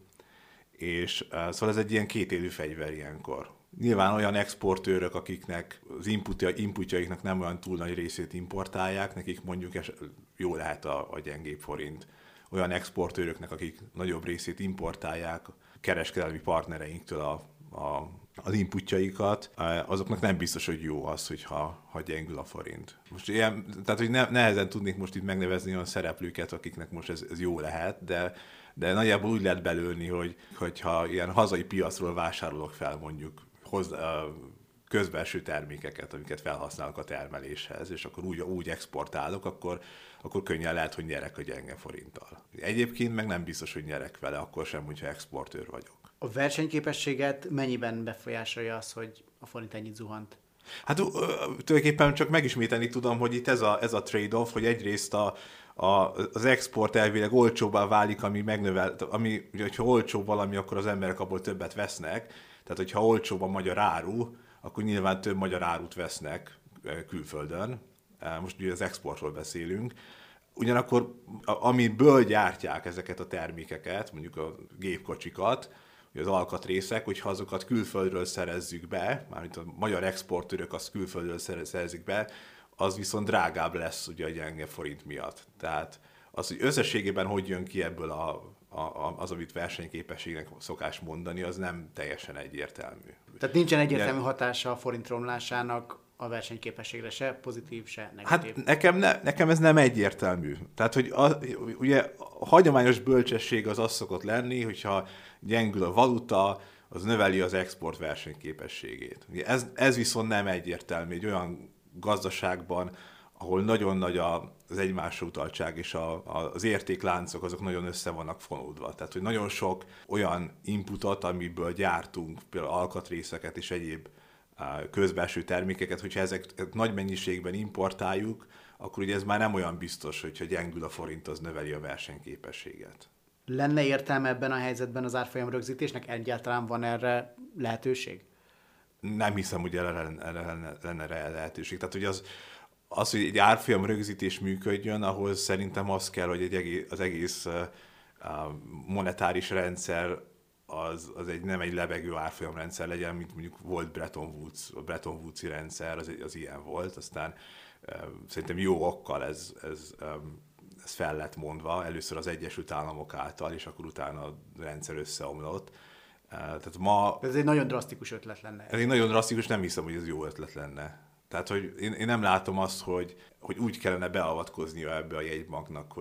és uh, szóval ez egy ilyen kétélű fegyver ilyenkor. Nyilván olyan exportőrök, akiknek az inputja, inputjaiknak nem olyan túl nagy részét importálják, nekik mondjuk es, jó lehet a, a gyengébb forint. Olyan exportőröknek, akik nagyobb részét importálják kereskedelmi partnereinktől a, a, az inputjaikat, azoknak nem biztos, hogy jó az, hogyha ha gyengül a forint. Most ilyen, tehát, hogy ne, nehezen tudnék most itt megnevezni olyan szereplőket, akiknek most ez, ez jó lehet, de de nagyjából úgy lehet belőni, hogy hogyha ilyen hazai piacról vásárolok fel mondjuk hozzá, közbelső termékeket, amiket felhasználok a termeléshez, és akkor úgy, úgy exportálok, akkor, akkor könnyen lehet, hogy nyerek a gyenge forinttal. Egyébként meg nem biztos, hogy nyerek vele, akkor sem, hogyha exportőr vagyok. A versenyképességet mennyiben befolyásolja az, hogy a forint ennyit zuhant? Hát tulajdonképpen csak megismételni tudom, hogy itt ez a, ez a trade-off, hogy egyrészt a A, az export elvileg olcsóbbá válik, ami megnövel, ami, ugye, hogyha olcsóbb valami, akkor az emberek abból többet vesznek, tehát hogyha olcsóbb a magyar áru, akkor nyilván több magyar árut vesznek külföldön, most ugye az exportról beszélünk, ugyanakkor amiből gyártják ezeket a termékeket, mondjuk a gépkocsikat, az alkatrészek, hogyha azokat külföldről szerezzük be, mármint a magyar exportőrök azt külföldről szerezik be, az viszont drágább lesz ugye a gyenge forint miatt. Tehát az, hogy összességében hogy jön ki ebből a, a, az, amit versenyképességnek szokás mondani, az nem teljesen egyértelmű. Tehát nincsen egyértelmű hatása a forint romlásának a versenyképességre, se pozitív, se negatív. Hát nekem, ne, nekem ez nem egyértelmű. Tehát, hogy a, ugye a hagyományos bölcsesség az az szokott lenni, hogyha gyengül a valuta, az növeli az export versenyképességét. Ugye ez, ez viszont nem egyértelmű. Egy olyan gazdaságban, ahol nagyon nagy az egymásra utaltság, és a, a, az értékláncok azok nagyon össze vannak fonódva. Tehát, hogy nagyon sok olyan inputot, amiből gyártunk, például alkatrészeket és egyéb közbelső termékeket, hogyha ezeket nagy mennyiségben importáljuk, akkor ugye ez már nem olyan biztos, hogyha gyengül a forint, az növeli a versenyképességet. Lenne értelme ebben a helyzetben az árfolyam rögzítésnek? Egyáltalán van erre lehetőség? Nem hiszem, hogy erre lenne, erre lenne, lenne lehetőség. Tehát, hogy az, az, hogy egy árfolyam rögzítés működjön, ahhoz szerintem az kell, hogy egy egész, az egész monetáris rendszer az, az egy, nem egy lebegő árfolyamrendszer legyen, mint mondjuk volt Bretton Woods, a Bretton Woods-i rendszer, az, az ilyen volt, aztán szerintem jó okkal ez, ez, ez fel lett mondva, először az Egyesült Államok által, és akkor utána a rendszer összeomlott. Tehát ma, ez egy nagyon drasztikus ötlet lenne. Ez egy nagyon drasztikus, nem hiszem, hogy ez jó ötlet lenne. Tehát, hogy én, én nem látom azt, hogy, hogy úgy kellene beavatkoznia ebbe a jegybanknak, hogy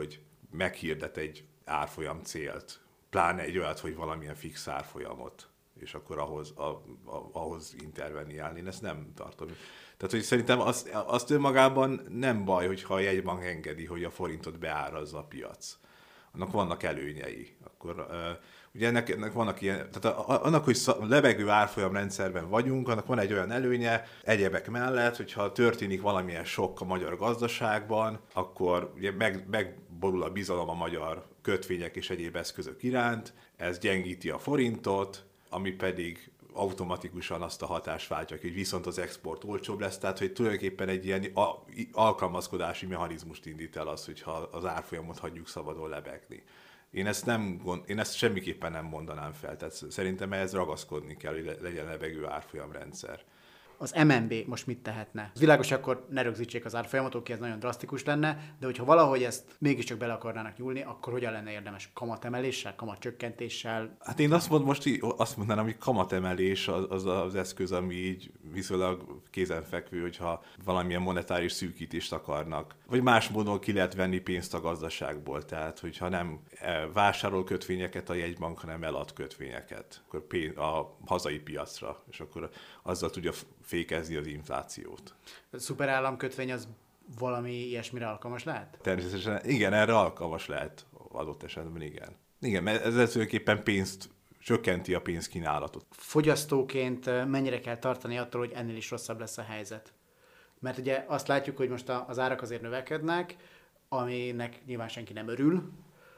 meghirdet egy árfolyam célt, pláne egy olyat, hogy valamilyen fix árfolyamot, és akkor ahhoz, a, a, ahhoz interveniálni. Én ezt nem tartom. Tehát, hogy szerintem azt, azt önmagában nem baj, hogyha a jegybank engedi, hogy a forintot beárazza a piac. Annak vannak előnyei. Akkor, uh, ugye ennek, ennek vannak ilyen, tehát a, a, annak, hogy lebegő árfolyam rendszerben vagyunk, annak van egy olyan előnye egyebek mellett, hogyha történik valamilyen sokk a magyar gazdaságban, akkor ugye meg, megborul a bizalom a magyar kötvények és egyéb eszközök iránt, ez gyengíti a forintot, ami pedig automatikusan azt a hatást váltja, hogy viszont az export olcsóbb lesz, tehát hogy tulajdonképpen egy ilyen alkalmazkodási mechanizmust indít el az, hogyha az árfolyamot hagyjuk szabadon lebegni. Én ezt, nem, én ezt semmiképpen nem mondanám fel, tehát szerintem ehhez ragaszkodni kell, hogy legyen lebegő árfolyamrendszer. Az em en bé most mit tehetne? Világos, akkor ne rögzítsék az árfolyamot, oké, ez nagyon drasztikus lenne, de hogyha valahogy ezt mégiscsak bele akarnának nyúlni, akkor hogyan lenne érdemes? Kamatemeléssel, kamatcsökkentéssel? Hát én azt, mond, most így, azt mondanám, hogy kamatemelés az, az az eszköz, ami így viszonylag kézenfekvő, hogyha valamilyen monetáris szűkítést akarnak. Vagy más módon ki lehet venni pénzt a gazdaságból, tehát hogyha nem vásárol kötvényeket a jegybank, hanem elad kötvényeket akkor pénz, a hazai piacra, és akkor azzal tudja fékezni az inflációt. A szuperállamkötvény az valami ilyesmire alkalmas lehet? Természetesen igen, erre alkalmas lehet adott esetben, igen. Igen, mert ez tulajdonképpen pénzt csökkenti a pénzkínálatot. Fogyasztóként mennyire kell tartani attól, hogy ennél is rosszabb lesz a helyzet? Mert ugye azt látjuk, hogy most az árak azért növekednek, aminek nyilván senki nem örül.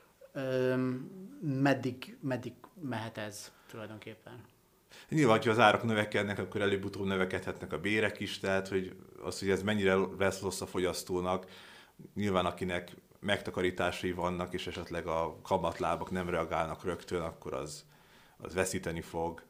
Meddig, meddig mehet ez tulajdonképpen? Nyilván, hogyha az árak növekednek, akkor előbb-utóbb növekedhetnek a bérek is, tehát hogy az, hogy ez mennyire lesz rossz a fogyasztónak, nyilván akinek megtakarításai vannak, és esetleg a kamatlábak nem reagálnak rögtön, akkor az, az veszíteni fog.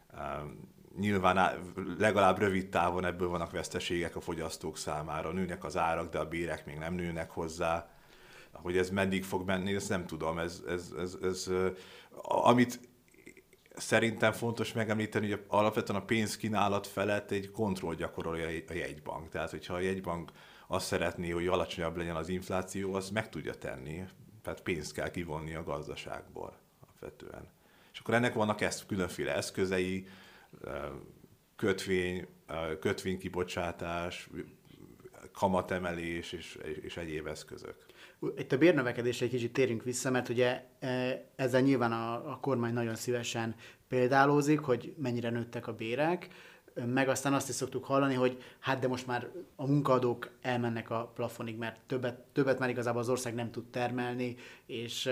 Nyilván legalább rövid távon ebből vannak veszteségek a fogyasztók számára, nőnek az árak, de a bérek még nem nőnek hozzá. Hogy ez meddig fog menni, ezt nem tudom. Ez, ez, ez, ez, amit szerintem fontos megemlíteni, hogy alapvetően a pénzkínálat felett egy kontroll gyakorolja a jegybank. Tehát, hogyha a jegybank azt szeretné, hogy alacsonyabb legyen az infláció, azt meg tudja tenni. Tehát pénzt kell kivonni a gazdaságból alapvetően. És akkor ennek vannak ezt különféle eszközei, kötvény, kötvénykibocsátás, kamatemelés és, és egyéb eszközök. Itt a bérnövekedésre egy kicsit térünk vissza, mert ugye ezzel nyilván a, a kormány nagyon szívesen példálózik, hogy mennyire nőttek a bérek, meg aztán azt is szoktuk hallani, hogy hát de most már a munkaadók elmennek a plafonig, mert többet, többet már igazából az ország nem tud termelni, és,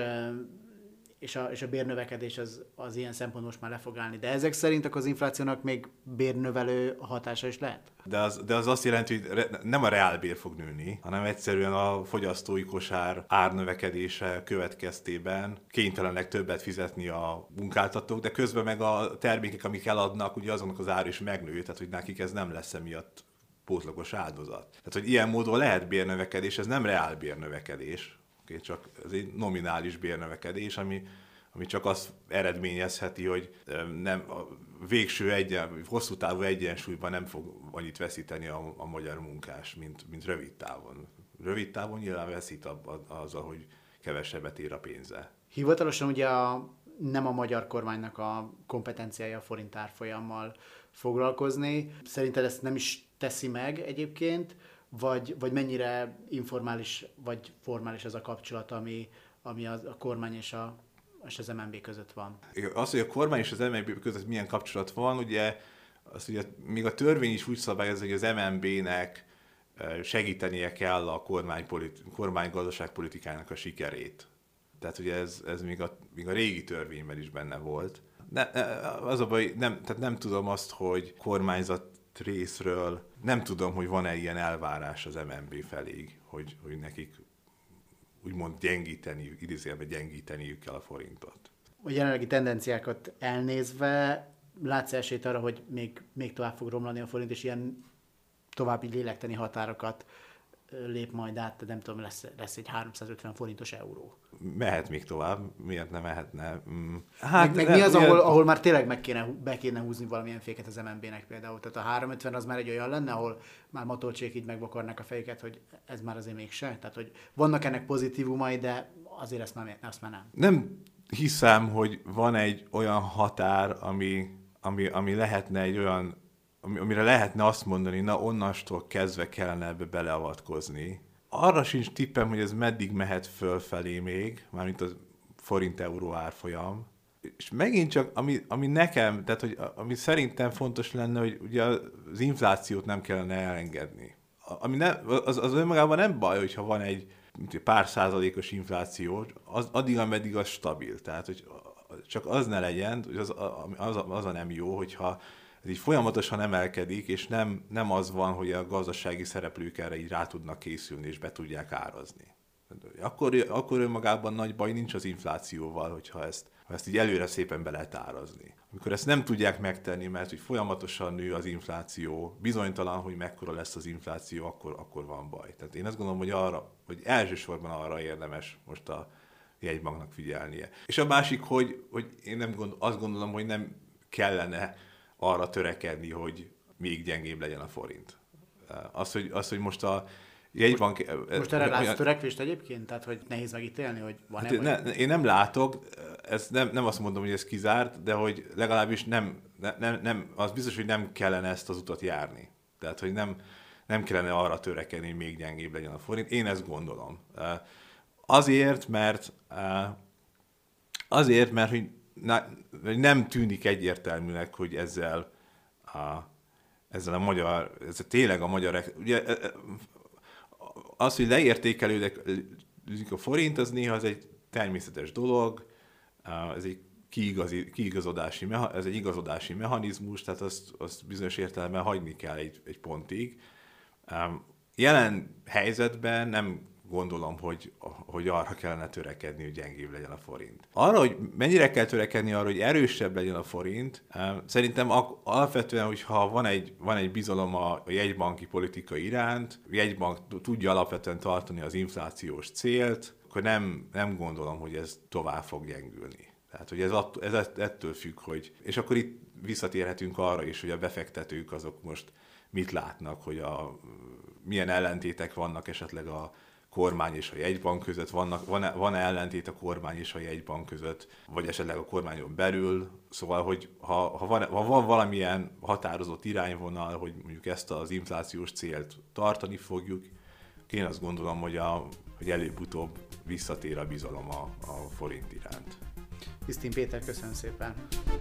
és, a, és a bérnövekedés az, az ilyen szempont most már le fog állni. De ezek szerint akkor az inflációnak még bérnövelő hatása is lehet? De az, de az azt jelenti, hogy nem a reálbér fog nőni, hanem egyszerűen a fogyasztói kosár árnövekedése következtében kénytelenek többet fizetni a munkáltatók, de közben meg a termékek, amik eladnak, ugye azonnak az ár is megnő, tehát hogy nekik ez nem lesz emiatt pótlagos áldozat. Tehát, hogy ilyen módon lehet bérnövekedés, ez nem reál bérnövekedés, okay, csak ez egy nominális bérnövekedés, ami ami csak azt eredményezheti, hogy nem, a végső egyen, hosszú távú egyensúlyban nem fog annyit veszíteni a, a magyar munkás, mint, mint rövid távon. Rövid távon nyilván veszít azzal, hogy kevesebbet ér a pénze. Hivatalosan ugye a, nem a magyar kormánynak a kompetenciája a forint árfolyammal foglalkozni. Szerinted ezt nem is teszi meg egyébként, vagy, vagy mennyire informális vagy formális ez a kapcsolat, ami, ami a, a kormány és a és az em en bé között van. Az, hogy a kormány és az em en bé között milyen kapcsolat van, ugye, az, ugye még a törvény is úgy szabályozza, hogy az em en bé-nek segítenie kell a kormány, politi- kormány gazdaságpolitikának a sikerét. Tehát ugye ez, ez még, a, még a régi törvényben is benne volt. Ne, az a baj, nem, tehát nem tudom azt, hogy kormányzat részről, nem tudom, hogy van-e ilyen elvárás az em en bé felé, hogy, hogy nekik úgymond gyengíteniük, idézőjelben gyengíteniük kell a forintot. A jelenlegi tendenciákat elnézve látsz esélyt arra, hogy még, még tovább fog romlani a forint, és ilyen további lélektani határokat lép majd át, nem tudom, lesz, lesz egy háromszázötven forintos euró. Mehet még tovább, miért nem mehetne? Hát, meg, meg mi az, ahol, ahol már tényleg meg kéne, be kéne húzni valamilyen féket az em en bé-nek például? Tehát a háromszázötven az már egy olyan lenne, ahol már Matolcsék így megvakarnak a fejüket, hogy ez már azért mégse. Tehát, hogy vannak ennek pozitívumai, de azért ezt már, ezt már nem. Nem hiszem, hogy van egy olyan határ, ami, ami, ami lehetne egy olyan, amire lehetne azt mondani, na onnastól kezdve kellene ebbe beleavatkozni. Arra sincs tippem, hogy ez meddig mehet fölfelé még, mármint a forint-euró árfolyam. És megint csak, ami, ami nekem, tehát hogy ami szerintem fontos lenne, hogy ugye az inflációt nem kellene elengedni. Ami nem, az, az önmagában nem baj, hogyha van egy pár százalékos infláció, az, addig, ameddig az stabil. Tehát, hogy csak az ne legyen, hogy az, az, az a nem jó, hogyha ez így folyamatosan emelkedik, és nem, nem az van, hogy a gazdasági szereplők erre így rá tudnak készülni, és be tudják árazni. Akkor, akkor önmagában nagy baj nincs az inflációval, hogyha ezt, ha ezt így előre szépen be lehet árazni. Amikor ezt nem tudják megtenni, mert hogy folyamatosan nő az infláció, bizonytalan, hogy mekkora lesz az infláció, akkor, akkor van baj. Tehát én azt gondolom, hogy, arra, hogy elsősorban arra érdemes most a jegybanknak figyelnie. És a másik, hogy, hogy én nem gond, azt gondolom, hogy nem kellene arra törekedni, hogy még gyengébb legyen a forint. Az, hogy, az, hogy most a jegybank... Most, most erre látsz törekvést egyébként? Tehát, hogy nehéz megítélni, hogy van-e? Hát ne, én nem látok, ezt nem, nem azt mondom, hogy ez kizárt, de hogy legalábbis nem, nem, nem, az biztos, hogy nem kellene ezt az utat járni. Tehát, hogy nem, nem kellene arra törekedni, hogy még gyengébb legyen a forint. Én ezt gondolom. Azért, mert azért, mert hogy nem tűnik egyértelműnek, hogy ezzel a, ezzel a magyar, ez tényleg a magyar, ugye az, hogy leértékelődik a forint, az néha az egy természetes dolog, ez egy kiigazi, kiigazodási, ez egy igazodási mechanizmus, tehát azt, azt bizonyos értelemben hagyni kell egy, egy pontig. Jelen helyzetben nem gondolom, hogy, hogy arra kellene törekedni, hogy gyengébb legyen a forint. Arra, hogy mennyire kell törekedni arra, hogy erősebb legyen a forint, szerintem alapvetően, hogyha van egy, van egy bizalom a jegybanki politika iránt, a jegybank tudja alapvetően tartani az inflációs célt, akkor nem, nem gondolom, hogy ez tovább fog gyengülni. Tehát, hogy ez, att, ez ettől függ, hogy... És akkor itt visszatérhetünk arra is, hogy a befektetők azok most mit látnak, hogy a, milyen ellentétek vannak esetleg a kormány és a jegybank között, vannak, van-e, van-e ellentét a kormány és a jegybank között, vagy esetleg a kormányon belül. Szóval, hogy ha, ha, van, ha van valamilyen határozott irányvonal, hogy mondjuk ezt az inflációs célt tartani fogjuk, én azt gondolom, hogy, a, hogy előbb-utóbb visszatér a bizalom a, a forint iránt. Tisztin Péter, köszönöm szépen!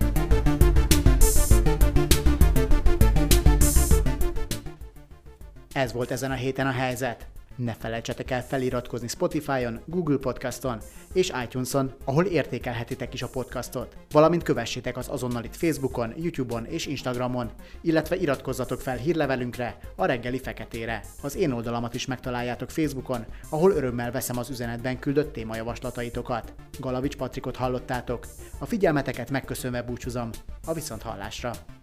Ez volt ezen a héten a helyzet. Ne felejtsetek el feliratkozni Spotify-on, Google Podcaston és iTunes-on, ahol értékelhetitek is a podcastot. Valamint kövessétek az Azonnalit Facebookon, YouTube-on és Instagramon, illetve iratkozzatok fel hírlevelünkre, a Reggeli Feketére. Az én oldalamat is megtaláljátok Facebookon, ahol örömmel veszem az üzenetben küldött témajavaslataitokat. Galavics Patrikot hallottátok. A figyelmeteket megköszönve búcsúzom. A viszonthallásra!